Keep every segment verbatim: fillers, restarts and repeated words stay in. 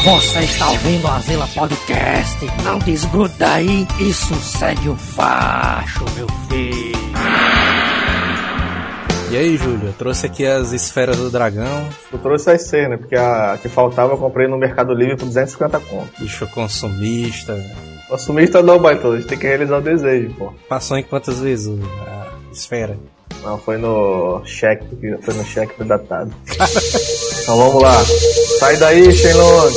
Você está ouvindo o Azila Podcast. Não desgruda daí, isso segue o facho, meu filho. E aí, Júlio, eu trouxe aqui as esferas do dragão. Eu trouxe as cenas, né? Porque a que faltava eu comprei no Mercado Livre por duzentos e cinquenta conto. Bicho consumista. Consumista não, Baitão, a gente tem que realizar o desejo, pô. Passou em quantas vezes a esfera? Não, foi no cheque, foi no cheque datado. Então vamos lá. Sai daí, Shenlong.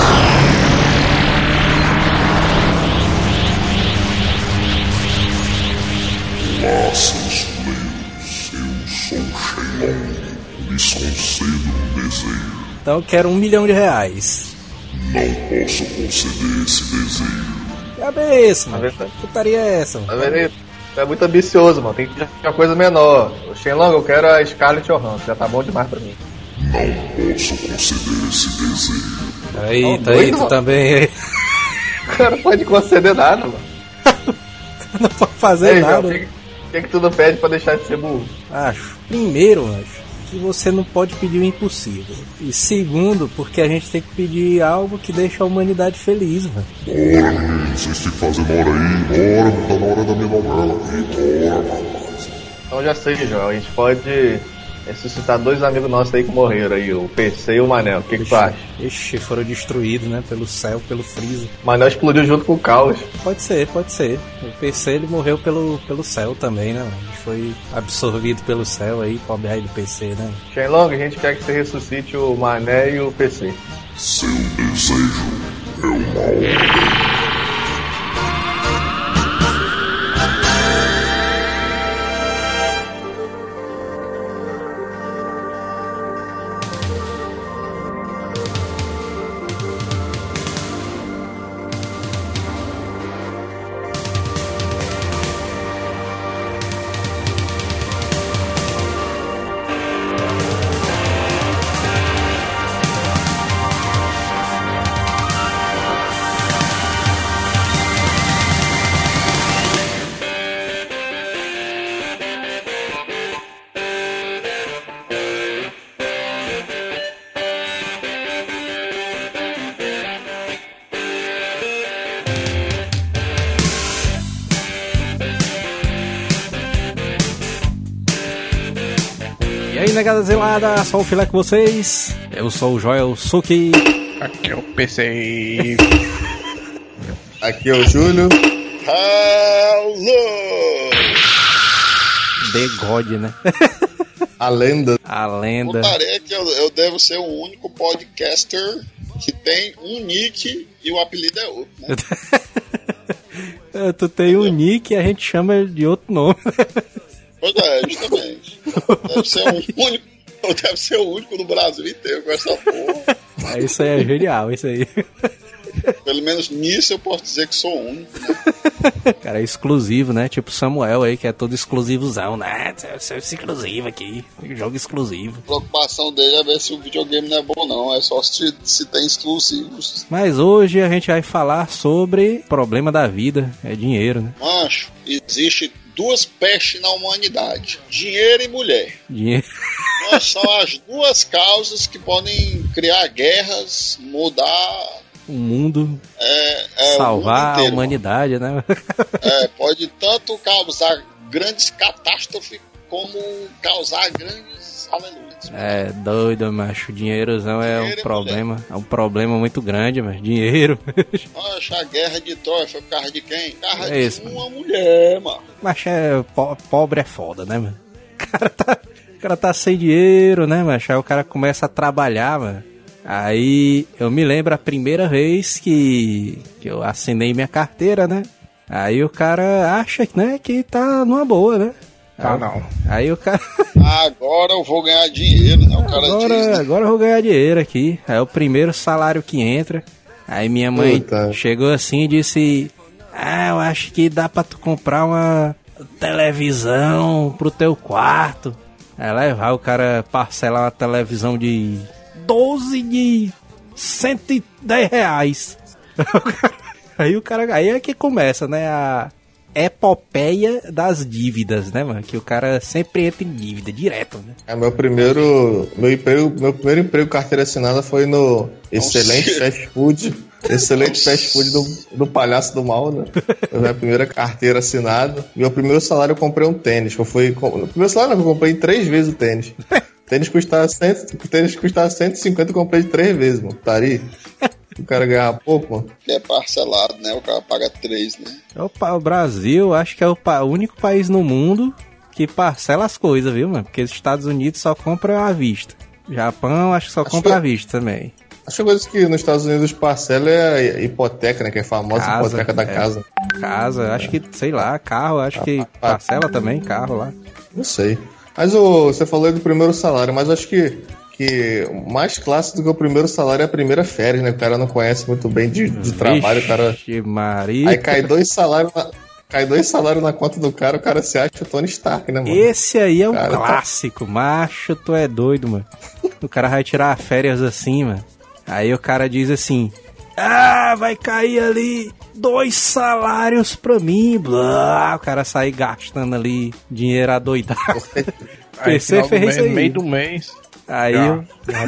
Olá, seus players. Eu sou Shenlong. Lhes concedo um desejo. Então eu quero um milhão de reais. Não posso conceder esse desejo. Cabeça, mano. Que putaria é essa, Tá vendo? Você é muito ambicioso, mano. Tem que ter uma coisa menor. O Shenlong, eu quero a Scarlett Johansson. Já tá bom demais pra mim. Não posso conceder esse desejo. Aí, Não, tá aí, doido, tu mano. também aí. O cara não pode conceder nada, mano. Não pode fazer Ei, nada. João, o que, o que que tu não pede pra deixar de ser burro? Acho. Primeiro, acho que você não pode pedir o impossível. E segundo, porque a gente tem que pedir algo que deixe a humanidade feliz, velho. Bora, menino. Vocês têm que fazer na hora aí. Bora, tá na hora da minha novela. E bora, rapaz. Então já sei, João. A gente pode ressuscitar dois amigos nossos aí que morreram aí, o P C e o Manel. O que, que tu acha? Ixi, foram destruídos, né? Pelo céu, pelo Freeza. O Manel explodiu junto com o Caos. Pode ser, pode ser. O P C ele morreu pelo, pelo céu também, né? Ele foi absorvido pelo céu aí, pobre aí do P C, né? Shenlong, a gente quer que você ressuscite o Mané e o P C. Seu desejo é uma ordem. E aí, negada zelada, só o filé com vocês. Eu sou o Joel Suki. Aqui é o P C. Aqui é o Júlio. Hello! The God, né? A lenda. A lenda. Contarei que eu, eu devo ser o único podcaster que tem um nick e o apelido é outro, né? Tu tem um nick e a gente chama de outro nome. Pois é, justamente. Deve ser o único, deve ser o único no Brasil inteiro com essa porra. É, isso aí é genial, isso aí. Pelo menos nisso eu posso dizer que sou o único, né? Cara, é exclusivo, né? Tipo Samuel aí, que é todo exclusivozão, né? Você é exclusivo aqui, jogo exclusivo. A preocupação dele é ver se o videogame não é bom, não. É só se, se tem exclusivos. Mas hoje a gente vai falar sobre problema da vida, é dinheiro, né? Mancho, existe duas pestes na humanidade: dinheiro e mulher. Dinheiro. Mas são as duas causas que podem criar guerras, mudar O mundo, é, é, salvar o mundo inteiro, a humanidade, né? É, pode tanto causar grandes catástrofes como causar grandes aleluias. É doido, macho. Dinheirozão é um Dinheiro e problema. É um problema muito grande, mas dinheiro. Poxa, a guerra de Troia foi por causa de quem? Por causa É de isso, uma mulher, mano. Mas é, po- pobre é foda, né, mano? O cara tá, o cara tá sem dinheiro, né, macho? Aí o cara começa a trabalhar, mano. Aí eu me lembro a primeira vez que, que eu assinei minha carteira, né? Aí o cara acha, né, que tá numa boa, né? Tá, aí, não. Aí o cara... Agora eu vou ganhar dinheiro, né? O cara Agora, diz, né? agora eu vou ganhar dinheiro aqui. É o primeiro salário que entra. Aí minha mãe Puta. chegou assim e disse: Ah, eu acho que dá pra tu comprar uma televisão pro teu quarto. Aí levar o cara parcelar uma televisão de doze de cento e dez reais. Aí o cara, aí é que começa, né, a, epopeia das dívidas, né, mano? Que o cara sempre entra em dívida, direto, né? É, meu primeiro, meu emprego, meu primeiro emprego carteira assinada foi no excelente fast food, excelente fast food do, do Palhaço do Mal, né? Foi a minha primeira carteira assinada. Meu primeiro salário eu comprei um tênis, que eu fui, no primeiro salário não, eu comprei três vezes o tênis. Tênis custava, cem, tênis custava cento e cinquenta, eu comprei três vezes, mano. Tá aí. O cara ganhava pouco, mano. É parcelado, né? O cara paga três, né? Opa, o Brasil, acho que é o, pa- o único país no mundo que parcela as coisas, viu, mano? Porque os Estados Unidos só compram à vista. Japão, acho que só Acho compra que- à vista também. Acho que a coisa que nos Estados Unidos parcela é a hipoteca, né? Que é a famosa Casa, hipoteca da é. casa. Casa, acho que, sei lá, carro, acho que parcela também, carro lá. Não sei. Mas o, você falou aí do primeiro salário, mas acho que, que mais clássico do que o primeiro salário é a primeira férias, né? O cara não conhece muito bem de, de trabalho, o cara. Vixe, Maria. Aí cai dois salários na, cai dois salários na conta do cara, o cara se acha o Tony Stark, né, mano? Esse aí é um Cara, tá- clássico, macho, tu é doido, mano. O cara vai tirar férias assim, mano. Aí o cara diz assim: ah, vai cair ali dois salários pra mim, blá. O cara sai gastando ali dinheiro adoidado. Aí, P C final do fez mês, isso aí. meio do mês. Aí, Já, eu- já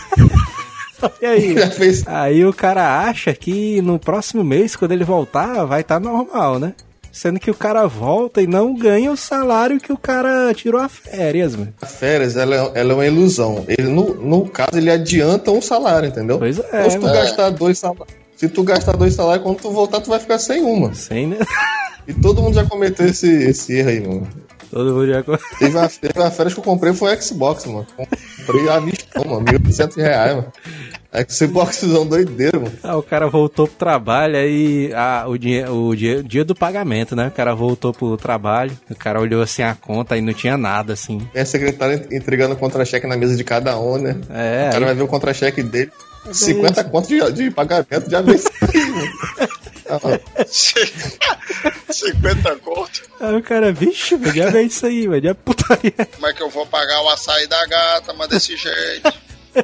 tem. e aí? Já fez. Aí o cara acha que no próximo mês, quando ele voltar, vai estar normal, né? Sendo que o cara volta e não ganha o salário que o cara tirou a férias, mano. A férias, ela, é- ela é uma ilusão. Ele, no, no caso, ele adianta um salário, entendeu? Pois é, Então, se tu mano. gastar dois salários, se tu gastar dois salários, quando tu voltar, tu vai ficar sem uma. Sem, né? E todo mundo já cometeu esse, esse erro aí, mano. Todo mundo já... Teve uma, teve uma férias que eu comprei, foi o Xbox, mano. Comprei a vistão, mano. mil e oitocentos reais, mano. Xboxzão doideiro, mano. Ah, o cara voltou pro trabalho, aí ah, o, dinhe o dia, dia do pagamento, né? O cara voltou pro trabalho, o cara olhou assim a conta e não tinha nada, assim. É a secretária entregando o contra-cheque na mesa de cada um, né? É, O cara aí- vai ver o contra-cheque dele. é cinquenta isso. contos de, de pagamento de A B C. cinquenta conto. Aí o cara, vixe, velho, já vê isso aí, velho, já putaria. Como é que eu vou pagar o açaí da gata, mas desse jeito?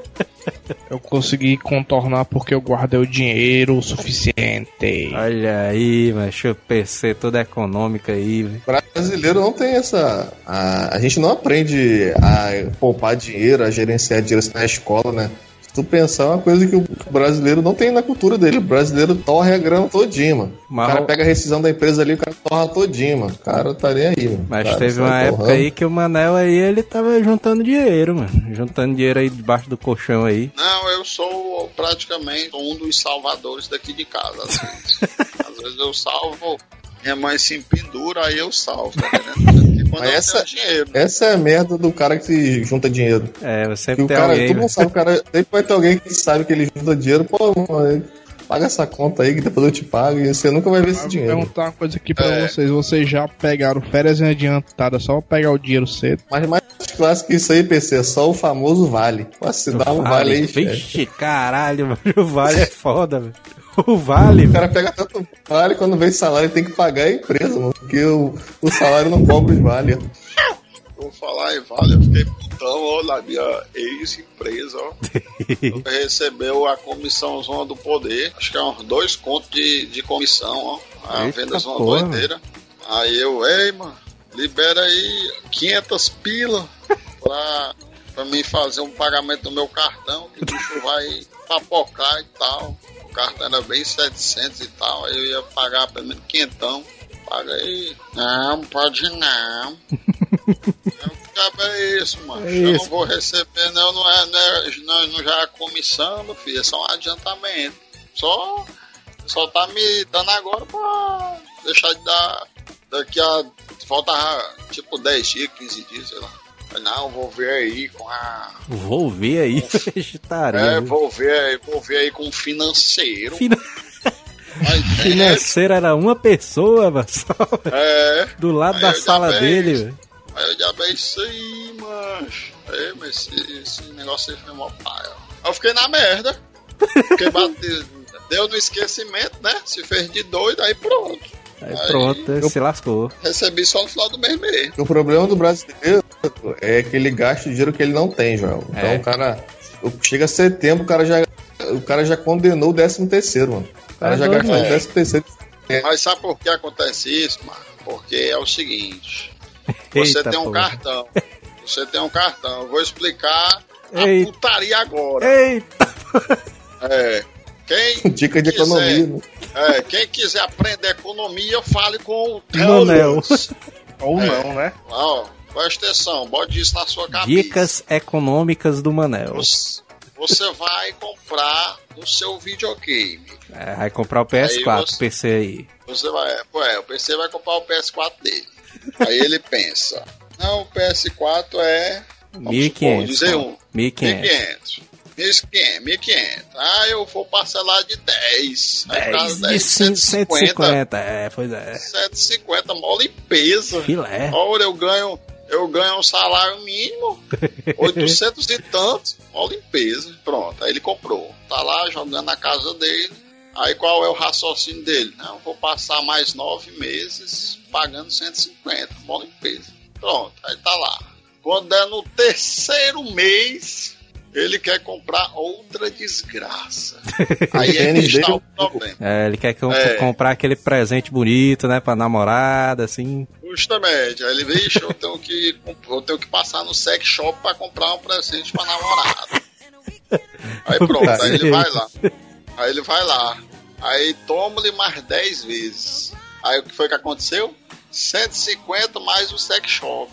Eu consegui contornar porque eu guardei o dinheiro o suficiente. Olha aí, macho, o P C toda econômica aí, velho. Brasileiro não tem essa. A, a gente não aprende a poupar dinheiro, a gerenciar dinheiro na escola, né? Se tu pensar, é uma coisa que o brasileiro não tem na cultura dele. O brasileiro torre a grana todinho, mano. Mas- O cara pega a rescisão da empresa ali, o cara torra todinho, mano. O cara tá nem aí, mano. Mas Cara, teve sai uma época torrando. aí que o Manel aí, ele tava juntando dinheiro, mano. Juntando dinheiro aí debaixo do colchão aí. Não, eu sou praticamente um dos salvadores daqui de casa, às vezes. Às vezes eu salvo, minha mãe se empendura, aí eu salvo, tá entendendo? Porque quando Mas eu essa- tenho dinheiro. Essa é a merda do cara que junta dinheiro. É, Que sempre o tem cara, alguém, todo velho. mundo sabe, o cara sempre vai ter alguém que sabe que ele junta dinheiro, pô, mano, paga essa conta aí que depois eu te pago e você nunca vai ver esse Vou dinheiro. perguntar uma coisa aqui pra É. vocês. Vocês já pegaram férias em adiantada só pra pegar o dinheiro cedo? Mas mais clássico que isso aí, P C, é só o famoso vale. Pô, se dá um vale aí, chefe. Vixe, caralho, mano. O vale é foda, velho. O vale, O velho. cara pega tanto vale, quando vem salário tem que pagar a empresa, mano, porque o, o salário não cobre os vale. Vou falar em vale, eu fiquei putão, ó, na minha ex-empresa, ó. Recebeu a comissão Zona do Poder, acho que é uns dois contos de, de comissão, ó. A Eita venda Zona porra. Doideira. Aí eu, ei, mano, libera aí quinhentas pila pra, pra mim fazer um pagamento do meu cartão, que o bicho vai papocar e tal. O cartão era bem setecentos e tal, aí eu ia pagar pelo menos quinhentão. Paga aí. Não, pode não. Eu, é isso, mano. É eu isso. não vou receber, não, não é, não, é, não, não já é comissão, meu filho, é só um adiantamento. Só, só tá me dando agora pra deixar de dar daqui a. Falta tipo dez dias, quinze dias, sei lá. Mas não, vou ver aí com a. Vou ver aí, vegetaria. É, vou ver aí, vou ver aí com o financeiro. Fina- Mas, Financeiro era uma pessoa, mano, só, velho. é, Do lado Aí da eu já sala vejo. dele, velho. aí eu já bem isso aí, mancho. É, mas esse, esse negócio aí foi mó pai, ó. Aí eu fiquei na merda. Fiquei bate... Deu no esquecimento, né? Se fez de doido, aí pronto. Aí Aí pronto, eu- se lascou. Recebi só no final do mês mesmo. O problema do brasileiro é que ele gasta o dinheiro que ele não tem, João. Então É. o cara. Chega setembro, o cara já, o cara já condenou o décimo terceiro, mano. O cara É já doido, gastou o é. décimo terceiro Mas sabe por que acontece isso, mano? Porque é o seguinte: você Eita, tem um pô. cartão. Você tem um cartão. Eu vou explicar a Eita. putaria agora. Eita! É. Quem Dica de quiser, economia, né? é, quem quiser aprender economia, fale com o Theo Manel. Lutz. Ou É. não, né? Ó, presta atenção, bote isso na sua cabeça. Dicas econômicas do Manel. Você, você vai comprar o seu videogame. É, vai comprar o P S quatro, Aí você- P C aí. Você vai, pô, é, o P C vai comprar o P S quatro dele. Aí ele pensa, não, o P S quatro é vamos mil e supor, quinhentos. dizer um, mil e mil e quinhentos. quinhentos. mil e quinhentos. Ah, eu vou parcelar de dez. Aí fica dez de dez, cento e cinquenta. É, pois é. cento e cinquenta, mó limpeza. Filé. Ora, eu ganho, eu ganho um salário mínimo, oitocentos e tantos, mó limpeza. Pronto, aí ele comprou. Tá lá jogando na casa dele. Aí qual é o raciocínio dele? Não, vou passar mais nove meses pagando cento e cinquenta, mó limpeza. Pronto, aí tá lá. Quando é no terceiro mês, ele quer comprar outra desgraça. Aí é que está o problema. É, ele quer com- É. comprar aquele presente bonito, né, pra namorada, assim. Justamente, aí ele, vixe, eu tenho que, eu tenho que passar no sex shop pra comprar um presente pra namorada. Aí pronto, aí ele vai lá. Aí ele vai lá. Aí toma-lhe mais dez vezes. Aí o que foi que aconteceu? cento e cinquenta mais o sex shop.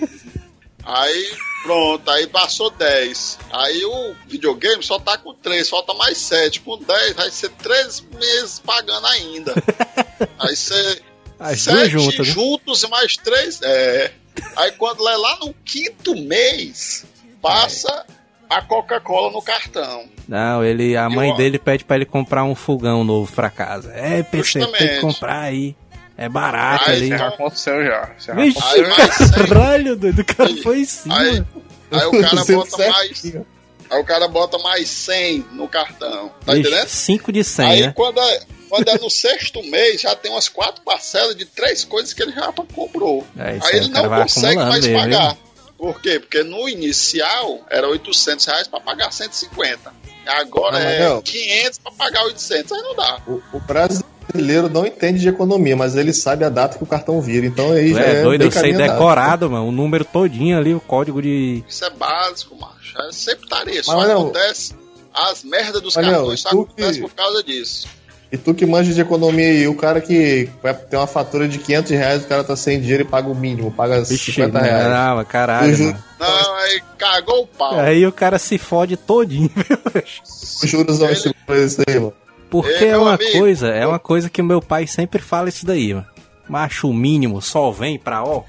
Aí pronto, aí passou dez. Aí o videogame só tá com três, falta mais sete. Com dez vai ser três meses pagando ainda. Aí você... As duas Sete juntas, né? juntos e mais três. É. Aí quando é lá no quinto mês, passa a Coca-Cola no cartão. Não, ele, a mãe Eu- dele pede pra ele comprar um fogão novo pra casa. É, P C, tem que Justamente. comprar aí. É barato Aí, ali. Isso já então- aconteceu já. Isso já Vixe, Aí aconteceu. mais cem. caralho, doido, o cara Aí- foi em cima. Aí, aí o cara Sendo bota mais. certinho. Aí o cara bota mais cem no cartão. Tá Vixe, entendendo? cinco de cem, Aí né? quando é, quando é no sexto mês, já tem umas quatro parcelas de três coisas que ele já comprou. É, isso Aí aí, ele o cara não vai consegue acumulando mais mesmo, pagar. viu? Por quê? Porque no inicial era oitocentos reais pra pagar cento e cinquenta. Agora Não, é Manel. quinhentos pra pagar oitocentos. Aí não dá. O, o brasileiro não entende de economia, mas ele sabe a data que o cartão vira. Então aí Tu já é é doido, bem eu sei caminho decorado, mano. O número todinho ali, o código de. Isso é básico, macho. É sempre tarefa. Só Manel. acontece. As merdas dos Manel, cartões só tu acontecem que- por causa disso. E tu que manja de economia e o cara que vai ter uma fatura de quinhentos reais, o cara tá sem dinheiro e paga o mínimo, paga Vixe, cinquenta reais. não, mas caralho, Eu juro. mano. Não, aí cagou o pau. Aí o cara se fode todinho, viu? Os juros não Ele- estimulam isso aí, mano. Porque Ei, é meu uma amigo. coisa, é uma coisa que o meu pai sempre fala isso daí, mano. Macho, o mínimo só vem pra, ó.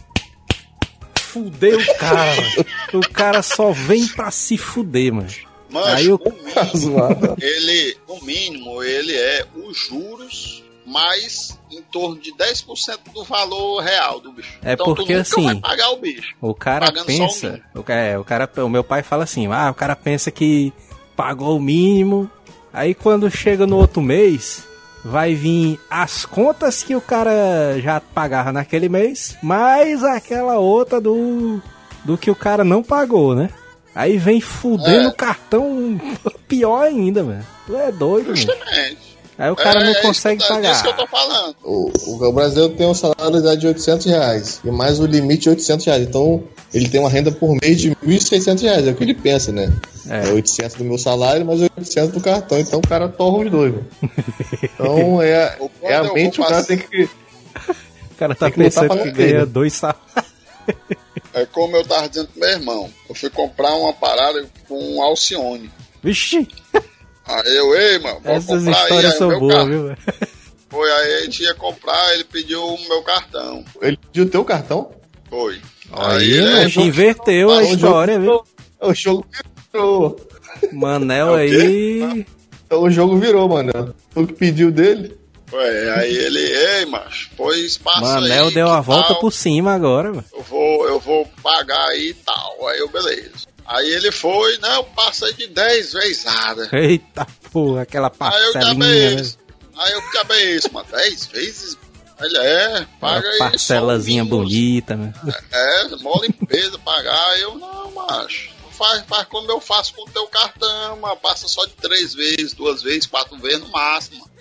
Fuder o cara, mano. O cara só vem pra se fuder, mano. Mancho, Aí o- o mínimo, Tá zoado. ele, no mínimo, ele é os juros mais em torno de dez por cento do valor real do bicho. É então porque, tu nunca assim, vai pagar o bicho. O cara Pagando só o pensa, mínimo. o, ca- é, o cara, o meu pai fala assim, ah, o cara pensa que pagou o mínimo, aí quando chega no outro mês, vai vir as contas que o cara já pagava naquele mês, mais aquela outra do, do que o cara não pagou, né? Aí vem fudendo É. o cartão pior ainda, mano. Tu é doido, mano. Justamente. Aí o cara é, não é consegue isso, que- pagar. É isso que eu tô falando. O, o brasileiro tem um salário de oitocentos reais e mais o limite de oitocentos reais. Então ele tem uma renda por mês de mil e seiscentos reais. É o que ele pensa, né? É. É, oitocentos do meu salário, mais oitocentos do cartão. Então o cara torra os dois, mano. Então é, Quando é a eu mente, vou o cara passar- tem que. O cara tá Tem que lutar pensando pra que manter, ganha né? dois salários. É como eu tava dizendo pro meu irmão. Eu fui comprar uma parada com um Alcione. Vixe, Aí eu, ei, mano, vou essas comprar aí, histórias aí são meu boas, carro. viu, velho? Foi, aí a gente ia comprar, ele pediu o meu cartão. Ele pediu o teu cartão? Foi. Aí, ele a gente inverteu a Ah, o jogo história, viu? virou. O jogo virou. Manel É o quê? aí. Então o jogo virou, mano. Tu que pediu dele. Foi, aí ele, ei, macho, pois passa Manel aí, deu a que volta tal, por cima agora, mano. Eu vou, eu vou pagar aí e tal. Aí eu, beleza. Aí ele foi, não, passa aí de dez vezes nada. Eita porra, aquela Aí eu parcelinha, acabei né? isso. Aí eu acabei isso, mano. dez vezes? Ele é, paga aí. Aquela parcelazinha só o mínimo. bonita, né? É, mó limpeza pagar. Aí eu, não, macho. Faz, faz como eu faço com o teu cartão, mano. Passa só de três vezes, duas vezes, quatro vezes no máximo.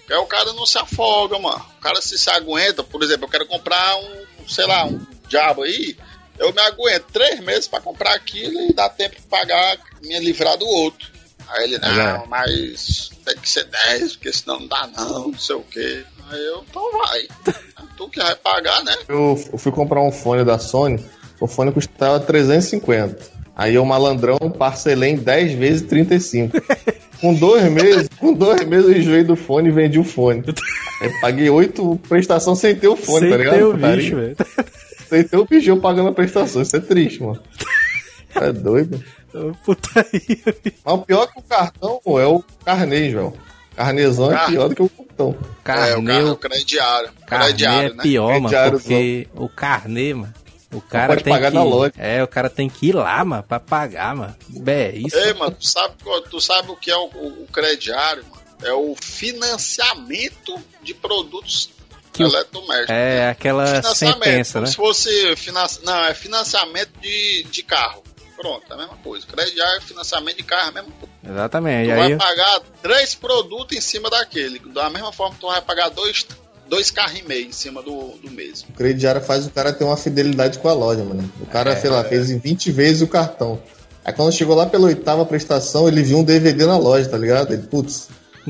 Porque o cara não se afoga, mano. O cara se se aguenta, por exemplo, eu quero comprar um, sei lá, um diabo aí, eu me aguento três meses pra comprar aquilo e dá tempo de pagar, me livrar do outro. Aí ele, não, é. mas tem que ser dez, porque senão não dá não, não sei o quê. Aí eu, então vai. Tu que vai pagar, né? Eu, eu fui comprar um fone da Sony, o fone custava trezentos e cinquenta. Aí eu, malandrão, parcelei em dez vezes trinta e cinco. Com dois meses, com dois meses eu enjoei do fone e vendi o fone. Aí paguei oito prestações sem ter o fone, sem tá ligado? Sem ter o bicho, velho. Sem ter o bicho eu pagando a prestação, isso é triste, mano. É doido. Putaria. Mas o pior que o cartão é o carnê, João. Carnezão é pior do que o cartão. Carnê, é, o, car... o crediário. Carnê crediário, é né? pior, mano, crediário, porque o carnê, mano, o cara pode tem pagar que... na loja. É, o cara tem que ir lá, mano, pra pagar, mano. É isso. Ei, mano, tu sabe, tu sabe o que é o, o, o crediário, mano? É o financiamento de produtos que eletrodomésticos. É, aquela sentença, né? Se fosse... Financi... Não, é financiamento de, de carro. Pronto, é a mesma coisa. Crediário, financiamento de carro, é a mesma coisa. Exatamente. Tu aí vai eu... pagar três produtos em cima daquele. Da mesma forma que tu vai pagar dois, dois carros e meio em cima do, do mesmo. O crediário faz o cara ter uma fidelidade com a loja, mano. O cara, é, sei lá, é. fez em vinte vezes o cartão. Aí quando chegou lá pela oitava prestação, ele viu um D V D na loja, tá ligado? Ele, putz,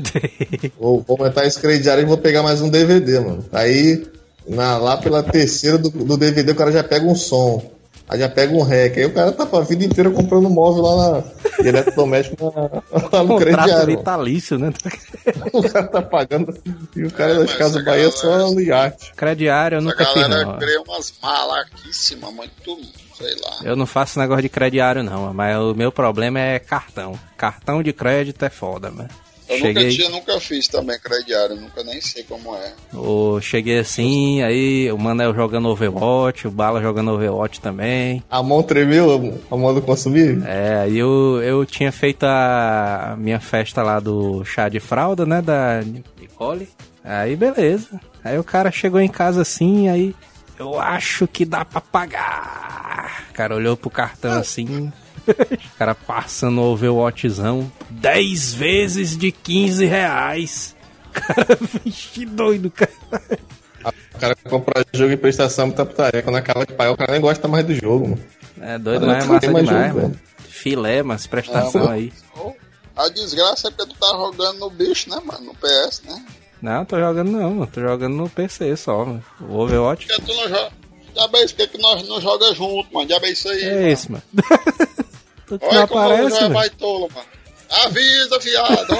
vou, vou aumentar esse crediário e vou pegar mais um D V D, mano. Aí, na, lá pela terceira do, do D V D, o cara já pega um som. Aí já pega um rec. Aí o cara tá a vida inteira comprando móvel lá na eletrodoméstico lá no crediário. Vitalício, né? O cara tá pagando. E o cara é, das Casas Bahia só no iate. Crediário eu nunca fiz, não. A galera cria umas malaquíssimas, muito, sei lá. Eu não faço negócio de crediário, não. Mas o meu problema é cartão. Cartão de crédito é foda, mano. Eu cheguei... nunca tinha, nunca fiz também crediário, nunca nem sei como é. Eu cheguei assim, aí o Manel jogando Overwatch, o Bala jogando Overwatch também. A mão tremeu, a mão do consumir? É, aí eu, eu tinha feito a minha festa lá do chá de fralda, né, da Nicole. Aí beleza. Aí o cara chegou em casa assim, aí eu acho que dá pra pagar. O cara olhou pro cartão assim... O cara passando o Overwatchzão dez vezes de quinze reais. Cara, vixe, doido, cara. O cara compra jogo em prestação muita putaria. Quando acaba de pagar, o cara nem gosta mais do jogo, mano. É doido, mas é massa demais, jogo, mano. Filé, mas prestação é, aí. A desgraça é porque tu tá jogando no bicho, né, mano? No P S, né? Não, tô jogando não, mano. Tô jogando no P C só, mano. O Overwatch. Por que tu não joga? Já bem isso, por que nós não joga junto, mano? Já bem isso aí. É mano. isso, mano. Tu olha não como aparece, já vai tolo, mano. Avisa, viado.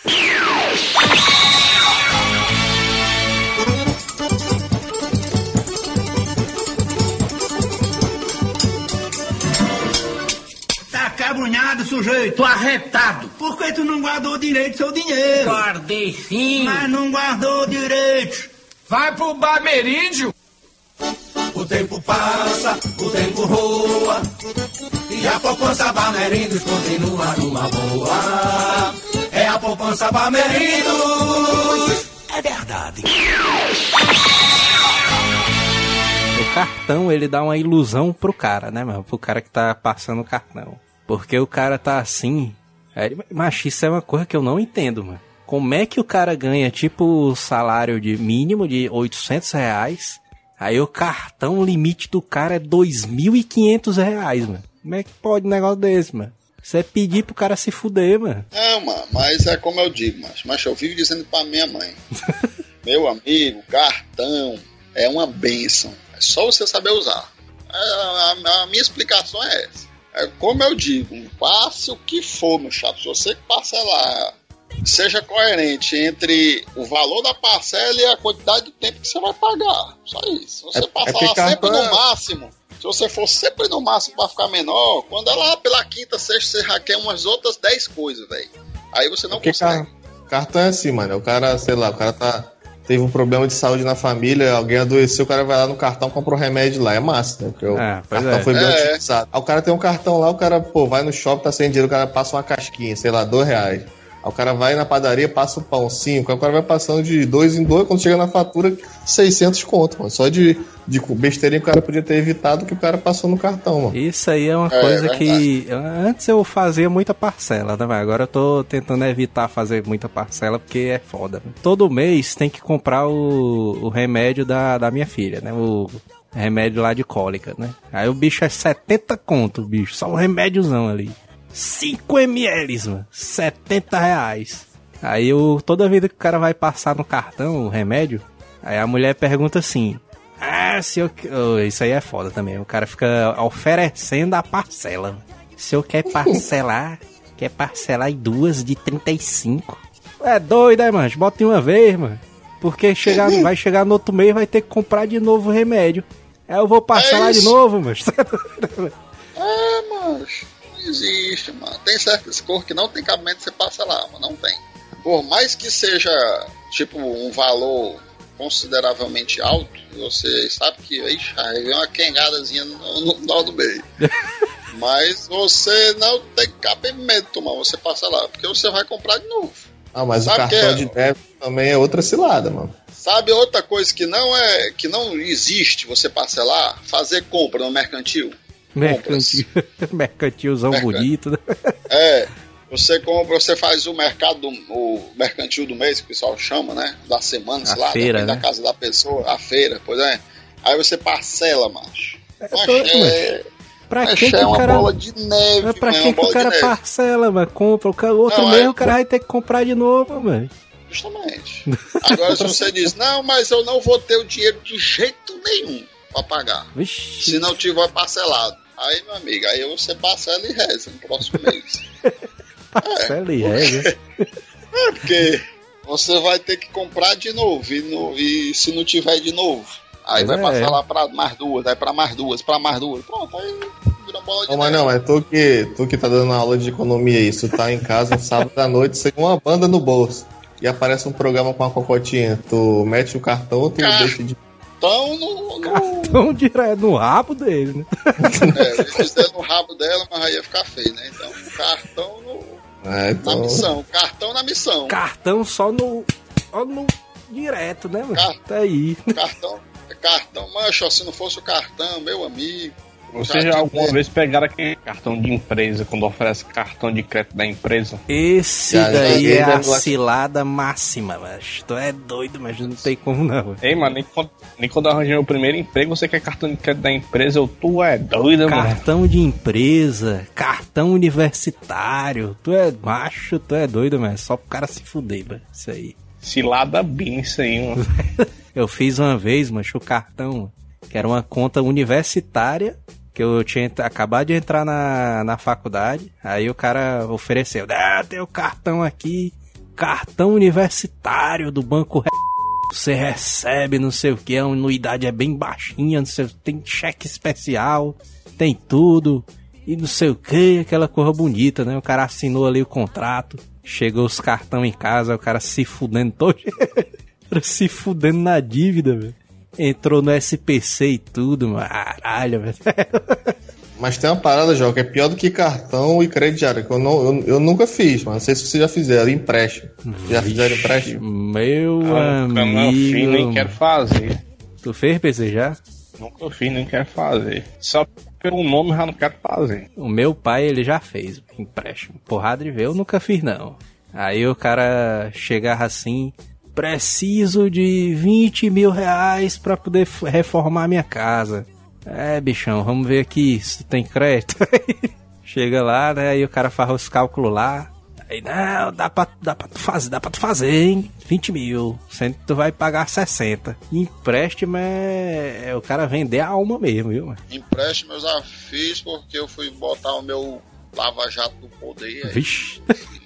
Tá cabrunhado, sujeito. Tô arretado. Por que tu não guardou direito seu dinheiro? Guardei sim. Mas não guardou direito. Vai pro Bameríndio. O tempo passa, o tempo voa, e a poupança Bamerindos continua numa boa. É a poupança Bamerindos, é verdade. O cartão, ele dá uma ilusão pro cara, né, mano? Pro cara que tá passando o cartão. Porque o cara tá assim... É, mas isso é uma coisa que eu não entendo, mano. Como é que o cara ganha, tipo, o salário de mínimo de oitocentos reais... Aí o cartão limite do cara é dois mil e quinhentos reais, mano. Como é que pode um negócio desse, mano? Você é pedir pro cara se fuder, mano. Não, mano, mas é como eu digo, mas, mas eu vivo dizendo pra minha mãe. Meu amigo, cartão é uma bênção. É só você saber usar. É, a, a minha explicação é essa. É como eu digo, passe o que for, meu chato. Se você parcelar... Seja coerente entre o valor da parcela e a quantidade de tempo que você vai pagar. Só isso. Se você é, passar é lá sempre no máximo, se você for sempre no máximo para ficar menor, quando é lá pela quinta, sexta, você hackeia umas outras dez coisas, velho. Aí você não é consegue. Car... Cartão é assim, mano. O cara, sei lá, o cara tá... teve um problema de saúde na família, alguém adoeceu, o cara vai lá no cartão e compra o remédio lá. É massa, né? Porque o é, cartão é. foi bem é. utilizado. Aí o cara tem um cartão lá, o cara, pô, vai no shopping, tá sem dinheiro, o cara passa uma casquinha, sei lá, dois reais. Aí o cara vai na padaria, passa o pão cinco, aí o cara vai passando de dois em dois, quando chega na fatura, seiscentos conto, mano. Só de, de besteirinha que o cara podia ter evitado que o cara passou no cartão, mano. Isso aí é uma É, coisa é que... Antes eu fazia muita parcela, né, mas agora eu tô tentando evitar fazer muita parcela porque é foda. Todo mês tem que comprar o, o remédio da, da minha filha, né? O remédio lá de cólica, né? Aí o bicho é setenta conto, o bicho. Só um remédiozão ali. cinco mililitros, mano. setenta reais. Aí eu, toda vida que o cara vai passar no cartão o remédio, aí a mulher pergunta assim: ah, se eu... Oh, isso aí é foda também. O cara fica oferecendo a parcela. Se eu quer parcelar, quer parcelar em duas de trinta e cinco. É doido, né, mano? Bota de uma vez, mano. Porque chegar, vai chegar no outro mês, vai ter que comprar de novo o remédio. Aí eu vou parcelar É de novo, mano. É, mano. Não existe, mano. Tem certas cores que não tem cabimento de você parcelar, mano. Não tem. Por mais que seja, tipo, um valor consideravelmente alto, você sabe que, ixi, aí vem uma quengadazinha no, no final do meio. Mas você não tem cabimento, mano, você parcelar, porque você vai comprar de novo. Ah, mas Sabe o cartão que é- de débito também é outra cilada, mano. Sabe outra coisa que não é, que não existe você parcelar? Fazer compra no mercantil. Mercantil, mercantilzão Mercantil. bonito, né? É, você compra, você faz o mercado, do, o mercantil do mês, que o pessoal chama, né? Da semana, sei A lá, feira, depende né? da casa da pessoa, a feira, pois é. Aí você parcela, macho. Macho, doido, é, Pra macho, que que é o uma cara... bola de neve, Mas pra mano, que uma que o bola cara de neve. parcela, mano? Compra. O outro Não, mês aí- o cara vai ter que comprar de novo, mano. Justamente. Agora se você diz, não, mas eu não vou ter o dinheiro de jeito nenhum pra pagar. Vixe. Se não tiver parcelado. Aí, meu amigo, aí você parcela e reza no próximo mês. Parcela e reza. É, porque você vai ter que comprar de novo. E, no, e se não tiver de novo, aí Mas vai é. parcelar pra mais duas, aí pra mais duas, pra mais duas. Pronto, aí vira bola de Não, mas neve. não, mas tu que, tu que tá dando aula de economia aí, tu tá em casa um sábado à noite, sem uma banda no bolso, e aparece um programa com uma cocotinha, tu mete o cartão ou tu Car- deixa de... Então, no, no, Cartão direto no rabo dele, né? é, eu ia dizer no rabo dela, mas aí ia ficar feio, né? Então, cartão no, É, na então... missão. Cartão na missão. Cartão só no... Só no... Direto, né, mano? Car- Tá aí. Cartão, cartão, mancha, se não fosse o cartão, meu amigo. Vocês já alguma vez pegaram aquele cartão de empresa, quando oferece cartão de crédito da empresa? Esse Já, já daí vi, é a né, Vlad? cilada máxima, mas tu é doido, mas não tem como não. Ei, mano, nem quando, nem quando eu arranjei o primeiro emprego, você quer cartão de crédito da empresa, eu, tu é doido, mano. Cartão de empresa, cartão universitário, tu é macho, tu é doido, mas só pro cara se fuder, mano, isso aí. Cilada bem isso aí, mano. Eu fiz uma vez, mano, o cartão, que era uma conta universitária, que eu tinha ent- acabado de entrar na, na faculdade, aí o cara ofereceu, ah, tem o cartão aqui, cartão universitário do Banco Re... Você recebe não sei o que, a anuidade é bem baixinha, não sei, tem cheque especial, tem tudo, e não sei o que, aquela coisa bonita, né? O cara assinou ali o contrato, chegou os cartão em casa, o cara se fudendo todo, se fudendo na dívida, velho. Entrou no S P C e tudo, mano. Caralho, velho. Mas tem uma parada, João, que é pior do que cartão e crediário, que eu, não, eu, eu nunca fiz, mas não sei se vocês já fizeram, empréstimo. Já fizeram empréstimo? Meu Eu nunca não fiz, nem amigo. quero fazer. Tu fez P C já? Nunca fiz, nem quero fazer. Só pelo nome eu já não quero fazer. O meu pai, ele já fez empréstimo. Porrada de ver, eu nunca fiz, não. Aí o cara chegava assim... Preciso de vinte mil reais pra poder f- reformar minha casa. É, bichão, vamos ver aqui se tem crédito. Chega lá, né? Aí o cara faz os cálculos lá. Aí, não, dá pra, dá pra tu fazer, dá pra tu fazer, hein? vinte mil. Sendo que tu vai pagar sessenta. Empréstimo é, é o cara vender a alma mesmo, viu, mano? Empréstimo eu já fiz porque eu fui botar o meu lava-jato do poder. Aí, Vixe.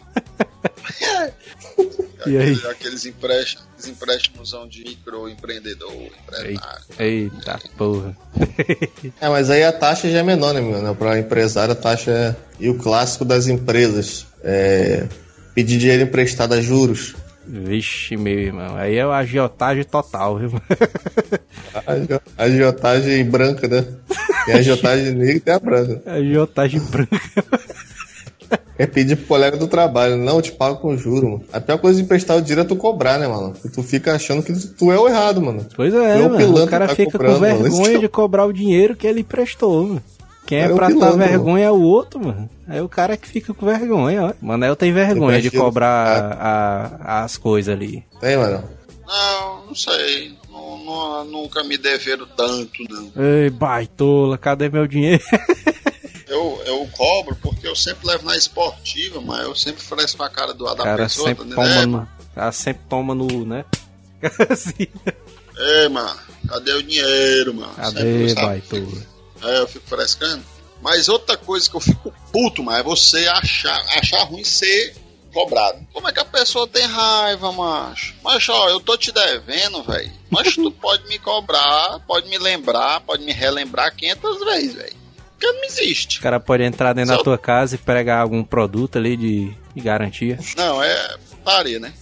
aqueles, E aí? aqueles empréstimos, empréstimos de microempreendedor, empresário. Eita porra. É, mas aí a taxa já é menor, né, meu? Para empresário a taxa é... E o clássico das empresas, é... pedir dinheiro emprestado a juros. Vixe, meu irmão. Aí é a agiotagem total, viu? A agio- a agiotagem branca, né? Tem a agiotagem negra e tem a branca. Agiotagem branca. é pedir pro colega do trabalho, não, eu te pago com juro, mano. A pior coisa de emprestar o dinheiro é tu cobrar, né, mano? Porque tu fica achando que tu é o errado, mano. Pois é, tu é o, mano. O cara tá fica cobrando, com vergonha mano. de cobrar o dinheiro que ele emprestou, mano. Quem é, é pra pilantra, dar vergonha é o outro, mano. É o cara que fica com vergonha, ó. Manel tem vergonha de cobrar a, as coisas ali. Tem, mano? Não, não sei. Não, não, nunca me deveram tanto, não. Ei, baitola, cadê meu dinheiro? Eu, eu cobro porque eu sempre levo na esportiva, mas eu sempre ofereço pra cara do, da cara pessoa. Sempre tá toma é, no, cara sempre toma no, né? Assim. Ei, mano, cadê o dinheiro, mano? Cadê, baitola? É, eu fico frescando. Mas outra coisa que eu fico puto, mano, é você achar, achar ruim ser cobrado. Como é que a pessoa tem raiva, macho? Macho, ó, eu tô te devendo, velho. Mas tu pode me cobrar, pode me lembrar, pode me relembrar quinhentas vezes, velho. Porque não existe. O cara pode entrar dentro Se da eu... tua casa e pregar algum produto ali de, de garantia. Não, é putaria, né?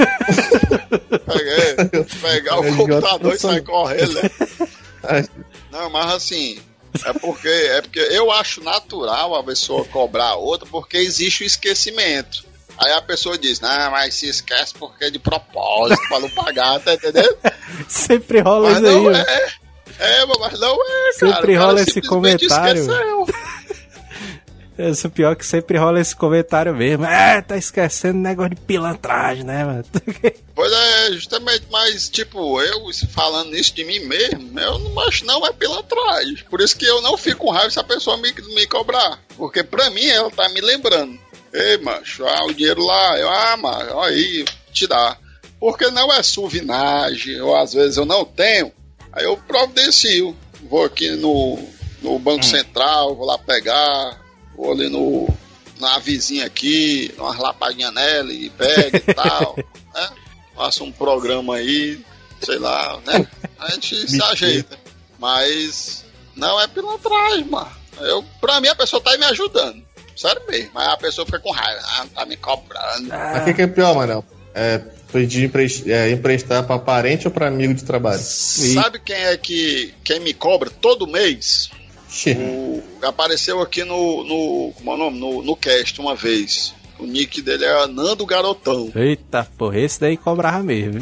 pegar, pegar o computador e sair correndo, né? Não, mas assim... É porque, é porque eu acho natural a pessoa cobrar a outra porque existe o esquecimento. Aí a pessoa diz, não, mas se esquece porque é de propósito, pra não pagar, tá entendendo? Sempre rola mas isso aí, não né? é, é, mas não é, cara. Sempre cara rola esse comentário. É o pior que sempre rola esse comentário mesmo. É, tá esquecendo negócio de pilantragem, né, mano? Pois é, justamente, mas tipo, eu falando isso de mim mesmo, eu não acho não é pilantragem. Por isso que eu não fico com raiva se a pessoa me, me cobrar. Porque pra mim ela tá me lembrando. Ei, macho, ah, o dinheiro lá, eu, ah, macho, aí, te dá. Porque não é suvinagem, ou às vezes eu não tenho, aí eu providencio. Vou aqui no, no Banco hum. Central, vou lá pegar, vou ali no, na vizinha aqui, umas lapadinhas nela e pega e tal, né? Faço um programa aí, sei lá, né? A gente se ajeita. Mas não é pilantragem, mano. Eu, pra mim a pessoa tá aí me ajudando. Sério mesmo, mas a pessoa fica com raiva, ah, tá me cobrando. Mas o que, que é pior, Manel? É pedir emprestar, é, emprestar pra parente ou pra amigo de trabalho? Sabe quem é que quem me cobra todo mês? O, apareceu aqui no, no, como é o nome? No, no cast uma vez. O nick dele é Nando Garotão. Eita, porra, esse daí cobrava mesmo.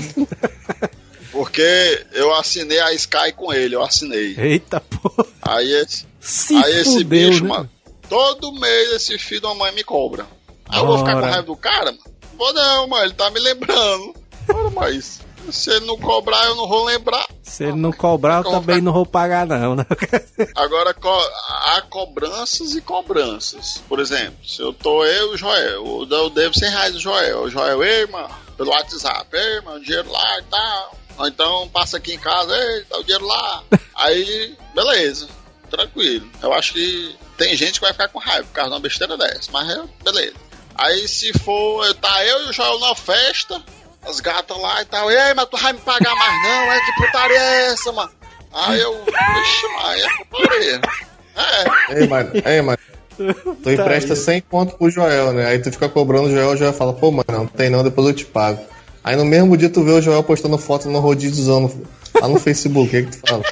Porque eu assinei a Sky com ele, eu assinei. Eita, porra. Aí esse, Se aí esse fudeu, bicho, né? mano, todo mês esse filho da mãe me cobra. Aí eu vou ficar com raiva do cara, mano? Vou não, mano, ele tá me lembrando. Ora, mas se ele não cobrar, eu não vou lembrar. Se ele não cobrar, eu também não vou pagar, não, né? Agora, há cobranças e cobranças. Por exemplo, se eu tô eu e o Joel, eu devo cem reais do Joel. O Joel, ei, mano, pelo WhatsApp, ei, mano, dinheiro lá e tal. Ou então passa aqui em casa, ei, tá o dinheiro lá. Aí, beleza, tranquilo. Eu acho que tem gente que vai ficar com raiva por causa de uma besteira dessa, mas é, beleza. Aí se for, tá eu e o Joel na festa, as gatas lá e tal, ei, mas tu vai me pagar mais não, é que putaria é essa, mano? Aí eu, vixe, mas é putaria. É. Ei, mano, ei, mano. Tu empresta cem conto pro Joel, né? Aí tu fica cobrando o Joel, o Joel fala, pô, mano, não tem não, depois eu te pago. Aí no mesmo dia tu vê o Joel postando foto no rodíziozão lá no Facebook, o que é que tu fala?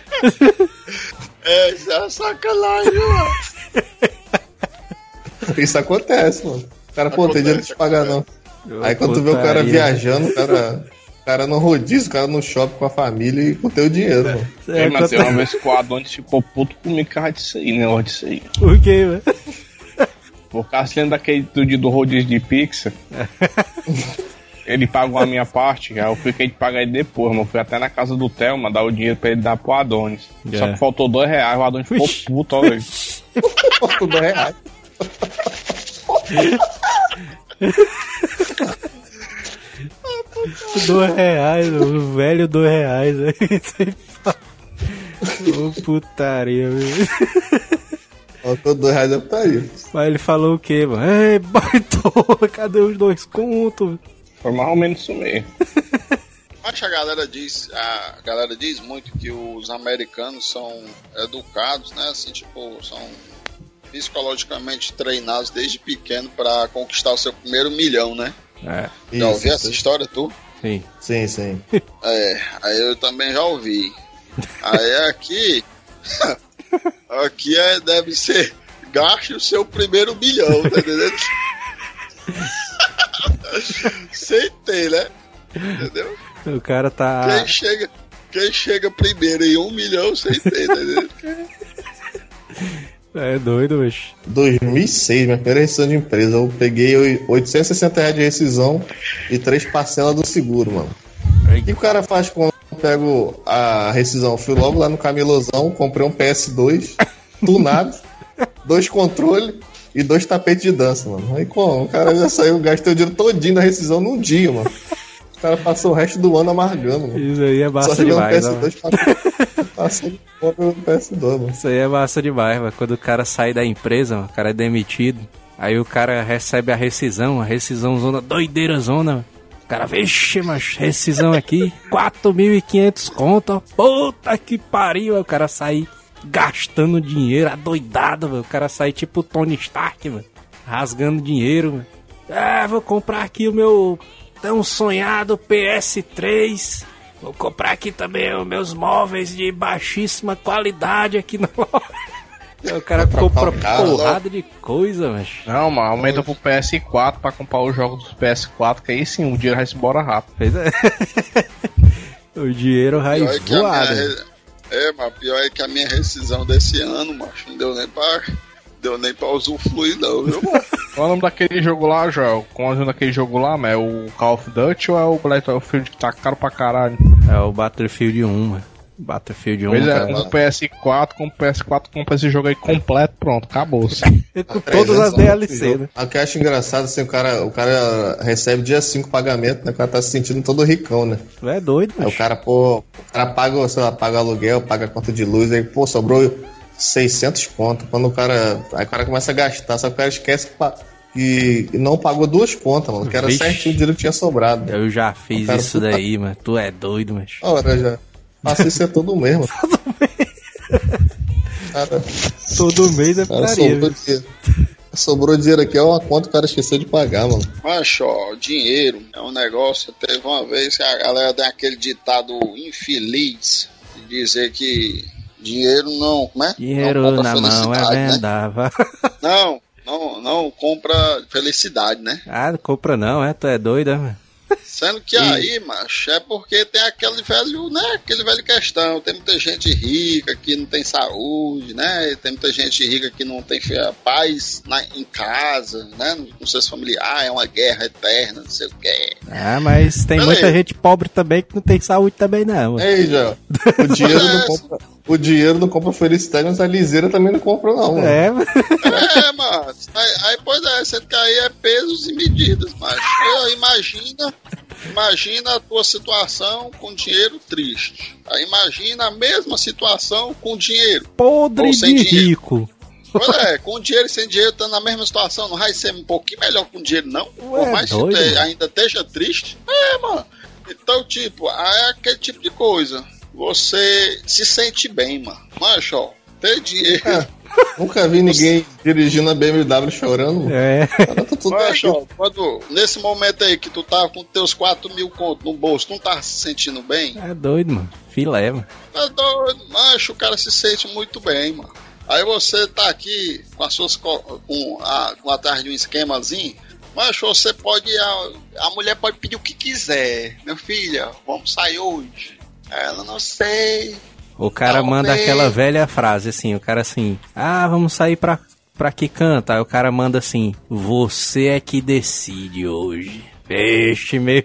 É, isso é sacanagem, mano. Isso acontece, mano. O cara, pô, não tem dinheiro de te pagar não. Eu Aí quando tu vê o cara viajando, o cara, o cara no rodízio, o cara no shopping com a família e com o teu dinheiro, mano. É, mas eu uma vez que o Adonis ficou puto comigo por causa disso aí, negócio disso aí. Por quê, velho? Por causa lembra daquele do dia do rodízio de pizza. Ele pagou a minha parte, aí eu fiquei de pagar ele depois, mano. Eu fui até na casa do Thelma dar o dinheiro pra ele dar pro Adonis. Yeah. Só que faltou dois reais, o Adonis ficou puto, ó, velho. Faltou dois reais. Dois reais, o velho dois reais. Ô, putaria, velho. Faltou dois reais, eu putaria. Mas ele falou o quê, mano? Ei, baitola, cadê os dois contos? Foi mais ou menos isso mesmo. Acho que a galera diz, a galera diz muito que os americanos são educados, né? Assim, tipo, são psicologicamente treinados desde pequeno pra conquistar o seu primeiro milhão, né? É. Já ouvi essa história, tu? Sim. Sim, sim. É, aí eu também já ouvi. Aí aqui, aqui é, deve ser gaste o seu primeiro milhão, tá entendendo? Sentei, né? Entendeu? O cara tá... Quem chega, quem chega primeiro em um milhão, sentei, entendeu? É doido, bicho. dois mil e seis, minha primeira rescisão de empresa. Eu peguei oitocentos e sessenta reais de rescisão e três parcelas do seguro, mano. O que o cara faz quando eu pego a rescisão? Eu fui logo lá no Camelozão, comprei um P S dois, tunado, dois controles e dois tapetes de dança, mano. Aí como? O cara já saiu, gastei o dinheiro todinho na rescisão num dia, mano. O cara passou o resto do ano amargando, mano. Isso aí é massa Só demais, P S dois pra... Passou de compra no P S dois, mano. Isso aí é massa demais, mano. Quando o cara sai da empresa, mano, o cara é demitido, aí o cara recebe a rescisão, a rescisão zona, doideira zona, mano. O cara, vixe, mas rescisão aqui, quatro mil e quinhentos conto, ó. Puta que pariu, o cara sai gastando dinheiro, adoidado, mano. O cara sai tipo o Tony Stark, mano, rasgando dinheiro, mano. Ah, vou comprar aqui o meu tão sonhado P S três, vou comprar aqui também os meus móveis de baixíssima qualidade aqui na loja. O cara compra porrada de coisa, mas... Não, mano, aumenta pro P S quatro pra comprar os jogos do P S quatro, que aí sim, o dinheiro vai se embora rápido. Pois é. O dinheiro vai Pior é que a voar. minha re- É, mas pior é que a minha rescisão desse ano, macho, não deu nem pra, deu nem pra usufruir não, viu, mano? Qual é o nome daquele jogo lá, Joel? Qual é o nome daquele jogo lá, mano? É o Call of Duty ou é o Battlefield que tá caro pra caralho? É o Battlefield um, mano. Battlefield um, Pois é, cara. com o P S quatro, com o P S quatro, compra esse jogo aí completo, pronto, acabou-se. Com todas as D L C, né? O que eu acho engraçado, assim, o cara, o cara recebe dia cinco pagamento, né? O cara tá se sentindo todo ricão, né? Tu é doido, Aí mano. o cara, pô, o cara paga, sei lá, paga aluguel, paga a conta de luz, aí, pô, sobrou seiscentos conto. Quando o cara, aí o cara começa a gastar, só que o cara esquece que, pa- que não pagou duas contas, mano, que era Vixe. certinho o dinheiro que tinha sobrado. Eu já fiz O cara isso puta- daí, mano. Tu é doido, mas... Ora, já. Faço isso é todo mês, mano. Cara, Todo mês é cara putaria, sobrou viu? dinheiro. Sobrou dinheiro aqui, é uma conta que o cara esqueceu de pagar, mano. Macho, ó, dinheiro é um negócio. Teve uma vez que a galera tem aquele ditado infeliz de dizer que dinheiro não, como é? Dinheiro não compra na mão é felicidade, né? vendável. Não, não, não compra felicidade, né? Ah, não compra não, é? Tu é doido, é, mano? Sendo que aí, macho, é porque tem aquele velho, né? Aquele velho questão. Tem muita gente rica que não tem saúde, né? Tem muita gente rica que não tem paz na, em casa, né? Com seus familiares, é uma guerra eterna, não sei o que. Ah, mas tem Beleza. muita gente pobre também que não tem saúde também não, mano. Ei, já. O dinheiro não compra, o dinheiro não compra felicidade, mas a liseira também não compra, não, mano. É, mano. É, mas aí, aí, pois é, sendo que aí é pesos e medidas, macho. Eu, imagina, imagina a tua situação com dinheiro triste. Aí imagina a mesma situação com dinheiro. Podre Ou sem de dinheiro. rico. Pois é, com dinheiro e sem dinheiro tá na mesma situação, não vai ser um pouquinho melhor com dinheiro, não? Ué, Por mais que doido, tu mano. ainda esteja triste. É, mano. Então, tipo, é aquele tipo de coisa. Você se sente bem, mano. Macho, ó, ter dinheiro. É, nunca vi ninguém dirigindo a B M W chorando, mano. É. Cara, tá tudo Macho, bem. ó, quando, nesse momento aí que tu tá com teus quatro mil contos no bolso, tu não tá se sentindo bem? É doido, mano. Filé, mano. É doido, macho, o cara se sente muito bem, mano. Aí você tá aqui com as suas co- com a, com atrás de um esquemazinho, macho, você pode a, a mulher pode pedir o que quiser. Meu filho, vamos sair hoje. Ela não sei. O cara Não, manda bem. aquela velha frase assim, o cara assim, ah, vamos sair pra, pra que canta? Aí o cara manda assim, você é que decide hoje. Vixe, meu.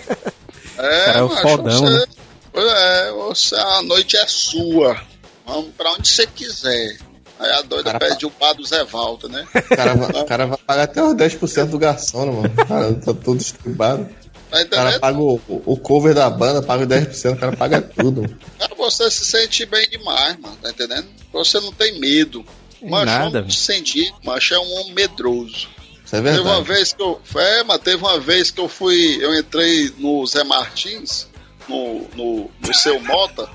É, Cara, é o macho, fodão, você, né? pois é, você, a noite é sua. Vamos pra onde você quiser. Aí a doida Cara, pede o bar do Zé Walter, né? O cara, vai, o cara vai pagar até os dez por cento do garçom, né, mano? O cara tá todo estribado. Tá O cara entendendo? paga o, o cover da banda, paga os dez por cento, o cara paga tudo. Mano. Aí você se sente bem demais, mano, tá entendendo? Você não tem medo. Tem Macho, nada, homem sem dia, macho é um homem medroso. Isso é Teve uma verdade. vez que eu. É, mas teve uma vez que eu fui. Eu entrei no Zé Martins, no, no, no seu Mota.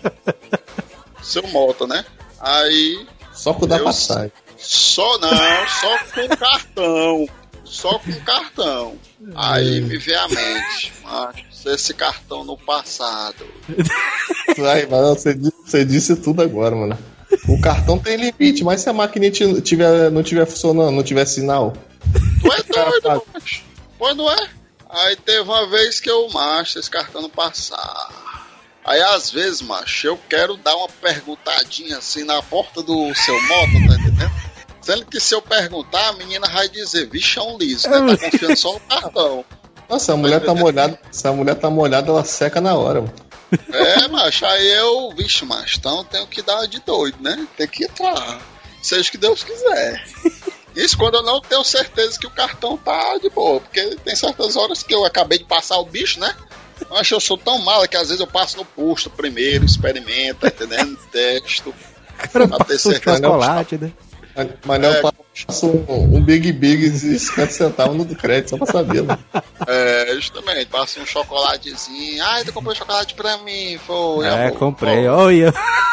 Seu Mota, né? Aí. Só com da eu- passagem. Só não, só com cartão. Só com cartão. Aí me veio a mente. Macho, esse cartão no passado. Ai, mas não, você, disse, você disse tudo agora, mano. O cartão tem limite, mas se a máquina ti- tiver, não tiver funcionando, não tiver sinal, Tu é doido, macho. Pois não é? Aí teve uma vez que eu, macho, esse cartão não passar. Aí às vezes, macho, eu quero dar uma perguntadinha assim na porta do seu moto, tá entendendo? Sendo que se eu perguntar, a menina vai dizer, vixe, é um liso, né? Tá confiando só no cartão. Nossa, a mulher tá molhada, se a mulher tá molhada, ela seca na hora, mano. É, macho, aí eu, vixe, macho, então tenho que dar de doido, né? Tem que entrar. Seja o que Deus quiser. Isso quando eu não tenho certeza que o cartão tá de boa, porque tem certas horas que eu acabei de passar o bicho, né? Mas eu sou tão mala que às vezes eu passo no posto primeiro, experimento, tá entendendo? Testo. Cara, passa o chocolate, né? Mas não, é, eu passo um, um Big Big e cinquenta centavos no crédito, só pra saber, né? É, justamente, passa um chocolatezinho. Ai, tu comprou chocolate pra mim, foi. É, amor, comprei, foi. olha.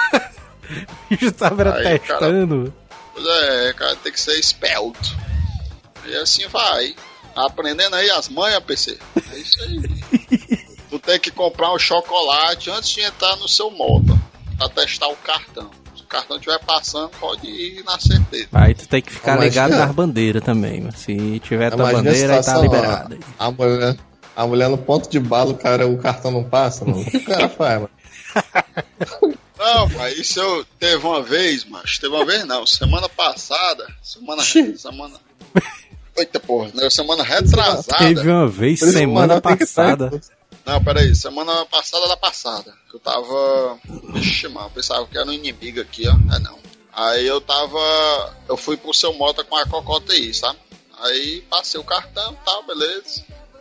Eu tava Aí, testando. Cara, pois é, cara, tem que ser esbelto. E assim vai. Aprendendo aí as manhas, P C. É isso aí. Tu tem que comprar um chocolate antes de entrar no seu moto pra testar o cartão. Se o cartão estiver passando, pode ir na certeza. Aí tu tem que ficar Imagina. ligado nas bandeiras também, mas se tiver tua Imagina a bandeira, aí tá situação, liberado. ó, a mulher, a mulher no ponto de bala, o cara, o cartão não passa, mano. O que o cara faz, mano? Não, mas isso eu teve uma vez, mas teve uma vez não, semana passada, semana, semana, eita porra, né, semana retrasada. Teve uma vez, semana passada. Não, peraí, semana passada da passada, que eu tava, vixe, mano, eu pensava que era um inimigo aqui, ó, é não. Aí eu tava, eu fui pro seu moto com a cocota aí, sabe? Aí passei o cartão e tal, beleza.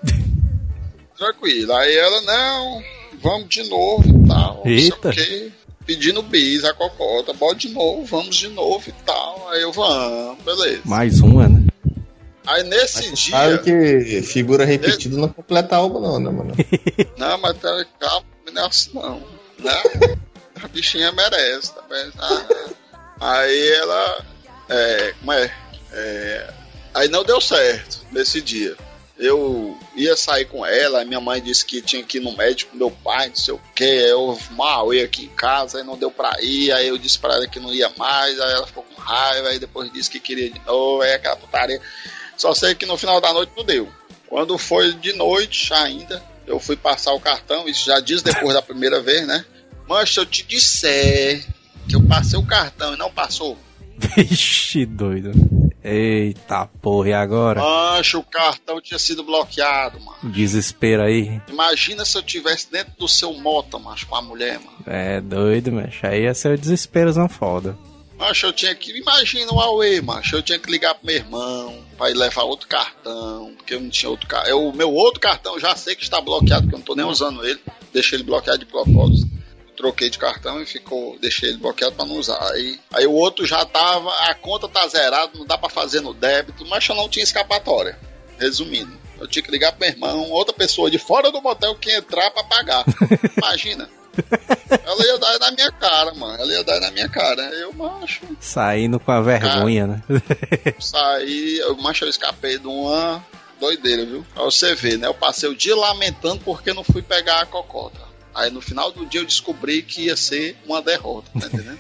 Tranquilo, aí ela, não, vamos de novo e tal, eita. Não sei o quê. Pedindo bis, a cocota, bora de novo, vamos de novo e tal. Aí eu, vamos, beleza. Mais uma, né? Aí nesse Mas dia... sabe que figura repetida não completa álbum não, né, mano? Não, mas tá, calma, não é assim não, né? A bichinha merece, tá vendo? Ah, aí ela... É, como é? é? Aí não deu certo nesse dia. Eu ia sair com ela, minha mãe disse que tinha que ir no médico com meu pai, não sei o que, eu mal ia aqui em casa, aí não deu pra ir, aí eu disse pra ela que não ia mais, aí ela ficou com raiva, aí depois disse que queria de novo, aí aquela putaria. Só sei que no final da noite não deu. Quando foi de noite ainda, eu fui passar o cartão, isso já diz depois da primeira vez, né? Mas se eu te disser que eu passei o cartão e não passou... Vixe, doido. Eita porra, e agora? Mancha, o cartão tinha sido bloqueado, mano. Desespero aí. Imagina se eu tivesse dentro do seu moto, macho, com a mulher, mano. É doido, macho. Aí ia ser o desesperozão foda. Macho, eu tinha que... Imagina o Huawei, macho. Eu tinha que ligar pro meu irmão pra ir levar outro cartão, porque eu não tinha outro cartão. O meu outro cartão já sei que está bloqueado, porque eu não tô nem usando ele. Deixei ele bloqueado de propósito. Troquei de cartão e ficou, deixei ele bloqueado pra não usar. Aí, aí o outro já tava, a conta tá zerada, não dá pra fazer no débito, mas eu não tinha escapatória. Resumindo, eu tinha que ligar pro meu irmão, outra pessoa de fora do motel que ia entrar pra pagar. Imagina. Ela ia dar na minha cara, mano. Ela ia dar na minha cara. Eu, macho. Saindo com a vergonha, cara, né? Saí, eu, macho, eu escapei de uma doideira, viu? Pra você ver, né? Eu passei o dia lamentando porque não fui pegar a cocota. Aí no final do dia eu descobri que ia ser uma derrota, tá entendendo?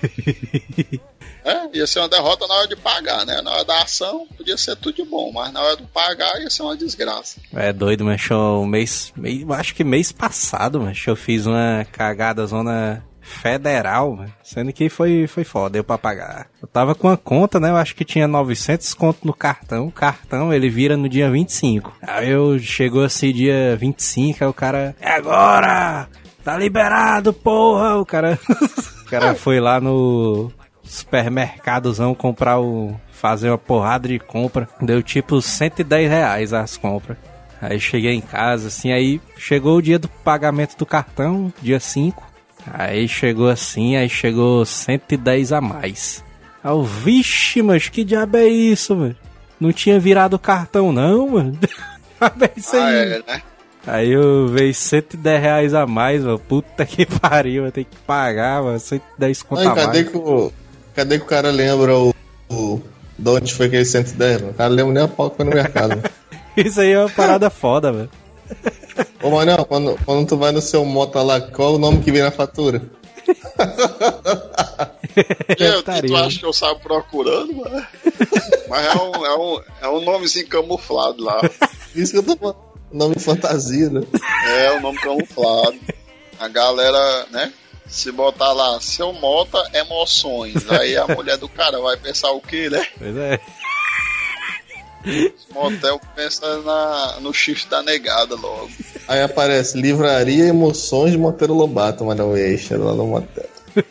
É, ia ser uma derrota na hora de pagar, né? Na hora da ação podia ser tudo de bom, mas na hora de pagar ia ser uma desgraça. É doido, mas o mês, mês, acho que mês passado, mas eu fiz uma cagada zona federal, mas, sendo que foi, foi foda, deu pra pagar. Eu tava com a conta, né? Eu acho que tinha novecentos conto no cartão. O cartão ele vira no dia vinte e cinco. Aí eu chegou assim dia vinte e cinco, aí o cara, é agora! Tá liberado, porra! O cara, o cara foi lá no supermercadozão comprar o... fazer uma porrada de compra. Deu tipo cento e dez reais as compras. Aí cheguei em casa, assim, aí chegou o dia do pagamento do cartão, dia cinco. Aí chegou assim, aí chegou cento e dez a mais. Aí eu, vixe, mas que diabo é isso, mano? Não tinha virado o cartão não, mano. Isso aí. Ah, é, né? Aí eu veio cento e dez reais a mais, mano. Puta que pariu, eu tenho que pagar, mano. cento e dez conto a cadê mais. Que o, cadê que o cara lembra o, o, de onde foi aquele cento e dez, mano? O cara lembra nem a pau que foi no mercado. Isso aí é uma parada foda, velho. Ô, Manel, quando, quando tu vai no seu moto lá, qual é o nome que vem na fatura? Eu, tu acha que eu saio procurando, mano? Mas é um, é um, é um nomezinho camuflado lá. Isso que eu tô falando. Nome fantasia, né? É, o nome camuflado. A galera, né? Se botar lá, seu Mota, emoções. Aí a mulher do cara vai pensar o quê, né? Pois é. Motel pensa na, no chifre da negada logo. Aí aparece Livraria Emoções de Monteiro Lobato, mas não é lá no motel.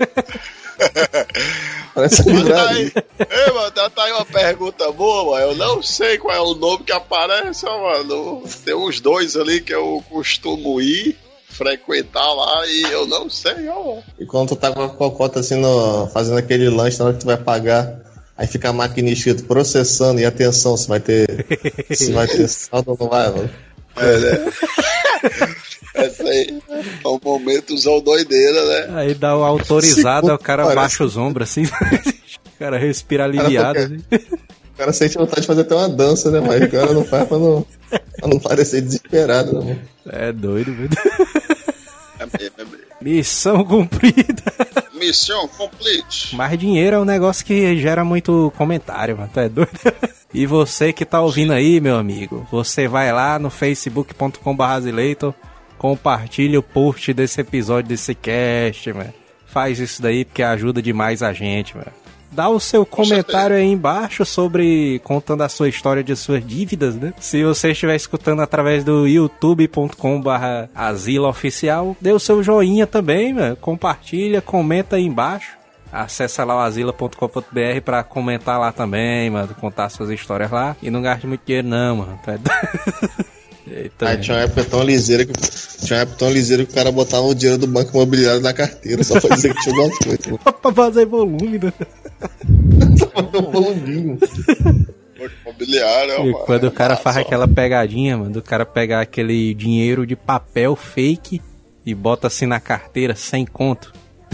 Parece Mas livraria. tá aí, ei, mano, tá aí uma pergunta boa, mano. Eu não sei qual é o nome que aparece, ó, mano. Tem uns dois ali que eu costumo ir, frequentar lá, e eu não sei, ó. E quando tu tá com a cocota assim, no, fazendo aquele lanche, na hora que tu vai pagar, aí fica a máquina escrito processando, e atenção, se vai ter se vai ter saldo ou não vai, mano. É, né? Essa aí é um momentozão doideira, né? Aí dá o autorizado, aí o cara Parece- baixa os ombros assim. O cara respira aliviado. Cara, Assim. O cara sente vontade de fazer até uma dança, né? Mas o cara não faz pra não, pra não parecer desesperado, né, mano? É doido, velho. É mesmo, é mesmo. Missão cumprida. Missão complete. Mas dinheiro é um negócio que gera muito comentário, mano. Tu é doido? E você que tá ouvindo aí, meu amigo, você vai lá no facebook ponto com barra Zileitor, compartilha o post desse episódio desse cast, mano. Faz isso daí porque ajuda demais a gente, mano. Dá o seu comentário aí embaixo sobre contando a sua história de suas dívidas, né? Se você estiver escutando através do youtube ponto com barra Asila Oficial, dê o seu joinha também, mano. Compartilha, comenta aí embaixo. Acessa lá o asila ponto com ponto br pra comentar lá também, mano. Contar suas histórias lá. E não gaste muito dinheiro não, mano. Eita, Aí tinha uma época tão ligeira que tinha uma época tão ligeira que o cara botava o dinheiro do banco imobiliário na carteira só pra dizer que tinha alguma coisa. Mano. pra fazer volume, né? Tava um voluminho. Imobiliário, E mano. quando o cara Ah, faz só. aquela pegadinha, mano, do cara pegar aquele dinheiro de papel fake e bota assim na carteira sem conto.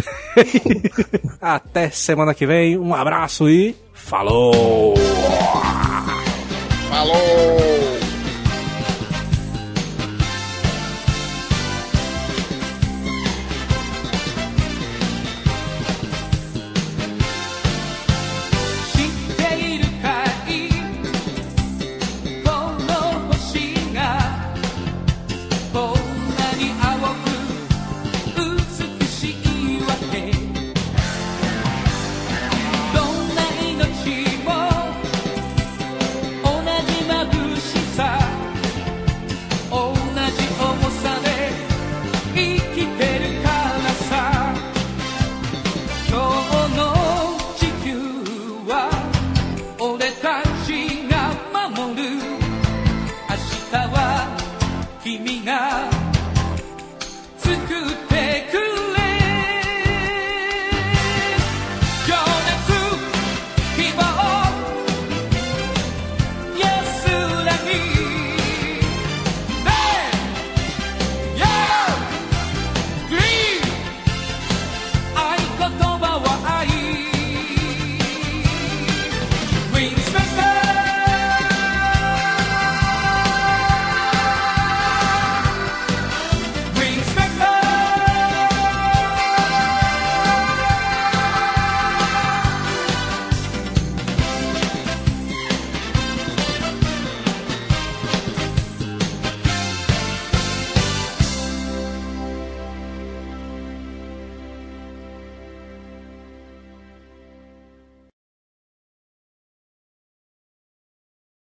Até semana que vem, um abraço e falou! Falou!